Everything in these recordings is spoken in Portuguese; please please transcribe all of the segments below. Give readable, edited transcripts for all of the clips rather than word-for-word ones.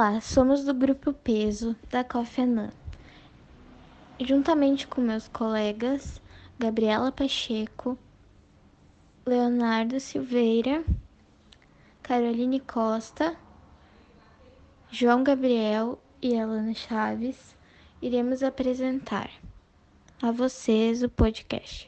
Olá, somos do Grupo Peso da COFENAM. Juntamente com meus colegas Gabriela Pacheco, Leonardo Silveira, Caroline Costa, João Gabriel e Alana Chaves, iremos apresentar a vocês o podcast.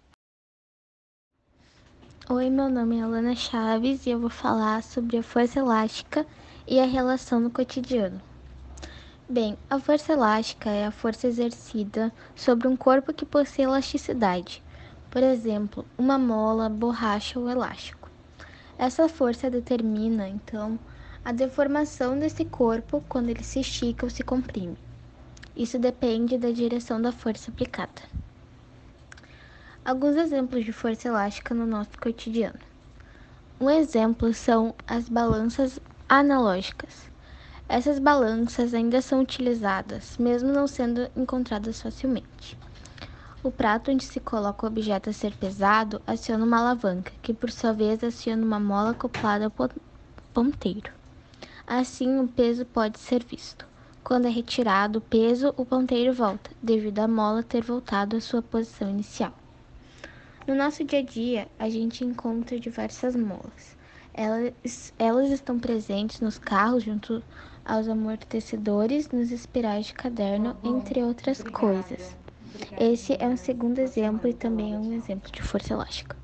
Oi, meu nome é Alana Chaves e eu vou falar sobre a força elástica e a relação no cotidiano. Bem, a força elástica é a força exercida sobre um corpo que possui elasticidade, por exemplo, uma mola, borracha ou elástico. Essa força determina, então, a deformação desse corpo quando ele se estica ou se comprime. Isso depende da direção da força aplicada. Alguns exemplos de força elástica no nosso cotidiano. Um exemplo são as balanças analógicas. Essas balanças ainda são utilizadas, mesmo não sendo encontradas facilmente. O prato onde se coloca o objeto a ser pesado aciona uma alavanca, que por sua vez aciona uma mola acoplada ao ponteiro. Assim, o peso pode ser visto. Quando é retirado o peso, o ponteiro volta, devido à mola ter voltado à sua posição inicial. No nosso dia a dia, a gente encontra diversas molas. Elas estão presentes nos carros junto aos amortecedores, nos espirais de caderno, entre outras coisas. Esse é um segundo exemplo e também é um exemplo de força elástica.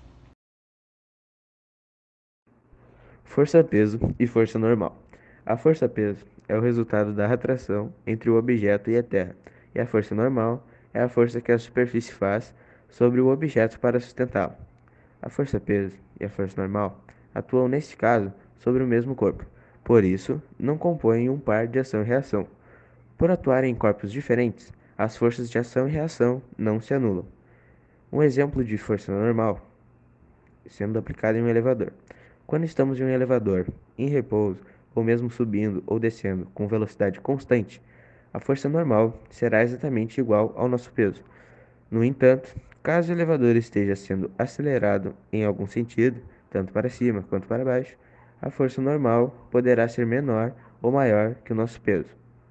Força-peso e força normal. A força-peso é o resultado da atração entre o objeto e a terra, e a força normal é a força que a superfície faz sobre o objeto para sustentá-lo. A força-peso e a força normal atuam, neste caso, sobre o mesmo corpo, por isso, não compõem um par de ação e reação. Por atuarem em corpos diferentes, as forças de ação e reação não se anulam. Um exemplo de força normal sendo aplicada em um elevador. Quando estamos em um elevador em repouso, ou mesmo subindo ou descendo com velocidade constante, a força normal será exatamente igual ao nosso peso. No entanto, caso o elevador esteja sendo acelerado em algum sentido, tanto para cima quanto para baixo, a força normal poderá ser menor ou maior que o nosso peso.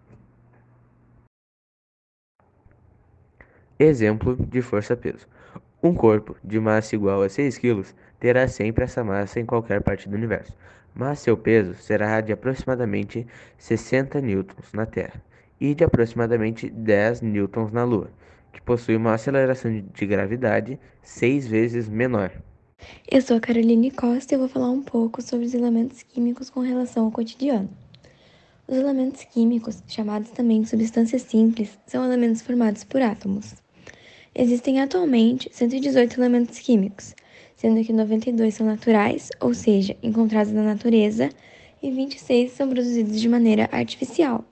Exemplo de força-peso. Um corpo de massa igual a 6 kg terá sempre essa massa em qualquer parte do universo, mas seu peso será de aproximadamente 60 newtons na Terra e de aproximadamente 10 newtons na Lua, que possui uma aceleração de gravidade 6 vezes menor. Eu sou a Caroline Costa e eu vou falar um pouco sobre os elementos químicos com relação ao cotidiano. Os elementos químicos, chamados também de substâncias simples, são elementos formados por átomos. Existem atualmente 118 elementos químicos, sendo que 92 são naturais, ou seja, encontrados na natureza, e 26 são produzidos de maneira artificial.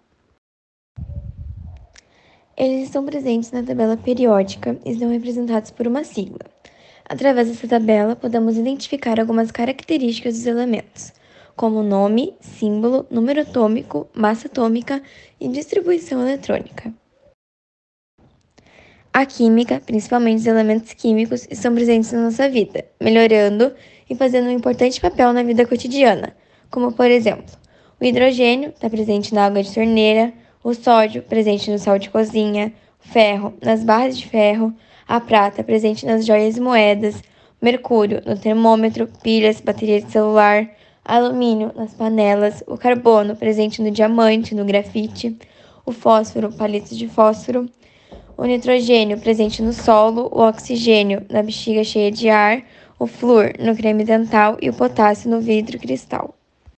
Eles estão presentes na tabela periódica e estão representados por uma sigla. Através dessa tabela, podemos identificar algumas características dos elementos, como nome, símbolo, número atômico, massa atômica e distribuição eletrônica. A química, principalmente os elementos químicos, estão presentes na nossa vida, melhorando e fazendo um importante papel na vida cotidiana, como por exemplo, o hidrogênio está presente na água de torneira, o sódio presente no sal de cozinha, o ferro nas barras de ferro, a prata presente nas joias e moedas, o mercúrio no termômetro, pilhas, baterias de celular, alumínio nas panelas, o carbono presente no diamante, no grafite, o fósforo, palitos de fósforo, o nitrogênio presente no solo, o oxigênio na bexiga cheia de ar, o flúor no creme dental e o potássio no vidro cristal.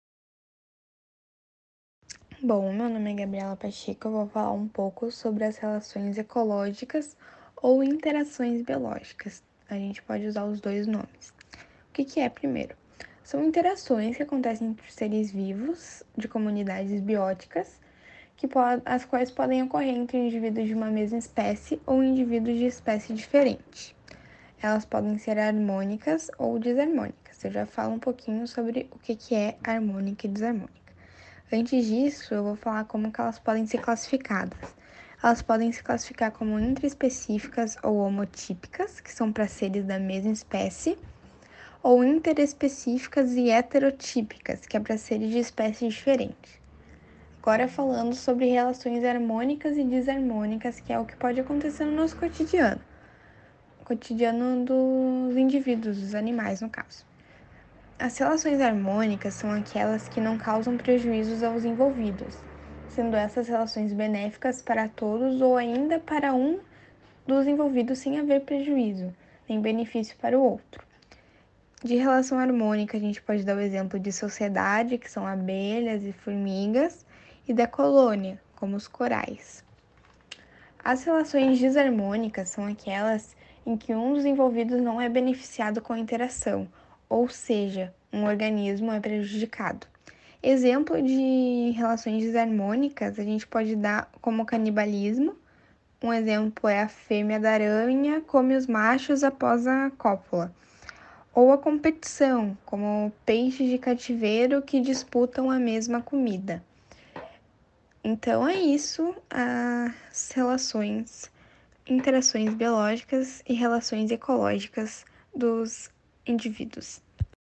Bom, meu nome é Gabriela Pacheco, eu vou falar um pouco sobre as relações ecológicas ou interações biológicas. A gente pode usar os dois nomes. O que é, primeiro? São interações que acontecem entre seres vivos de comunidades bióticas, as quais podem ocorrer entre indivíduos de uma mesma espécie ou indivíduos de espécie diferente. Elas podem ser harmônicas ou desarmônicas. Eu já falo um pouquinho sobre o que é harmônica e desarmônica. Antes disso, eu vou falar como que elas podem ser classificadas. Elas podem se classificar como intraespecíficas ou homotípicas, que são para seres da mesma espécie, ou interespecíficas e heterotípicas, que é para seres de espécies diferentes. Agora falando sobre relações harmônicas e desarmônicas, que é o que pode acontecer no nosso cotidiano. O cotidiano dos indivíduos, dos animais, no caso. As relações harmônicas são aquelas que não causam prejuízos aos envolvidos, sendo essas relações benéficas para todos ou ainda para um dos envolvidos sem haver prejuízo, nem benefício para o outro. De relação harmônica, a gente pode dar o exemplo de sociedade, que são abelhas e formigas, e da colônia, como os corais. As relações desarmônicas são aquelas em que um dos envolvidos não é beneficiado com a interação, ou seja, um organismo é prejudicado. Exemplo de relações desarmônicas a gente pode dar como canibalismo. Um exemplo é a fêmea da aranha come os machos após a cópula. Ou a competição, como peixes de cativeiro que disputam a mesma comida. Então é isso, as relações, interações biológicas e relações ecológicas dos indivíduos.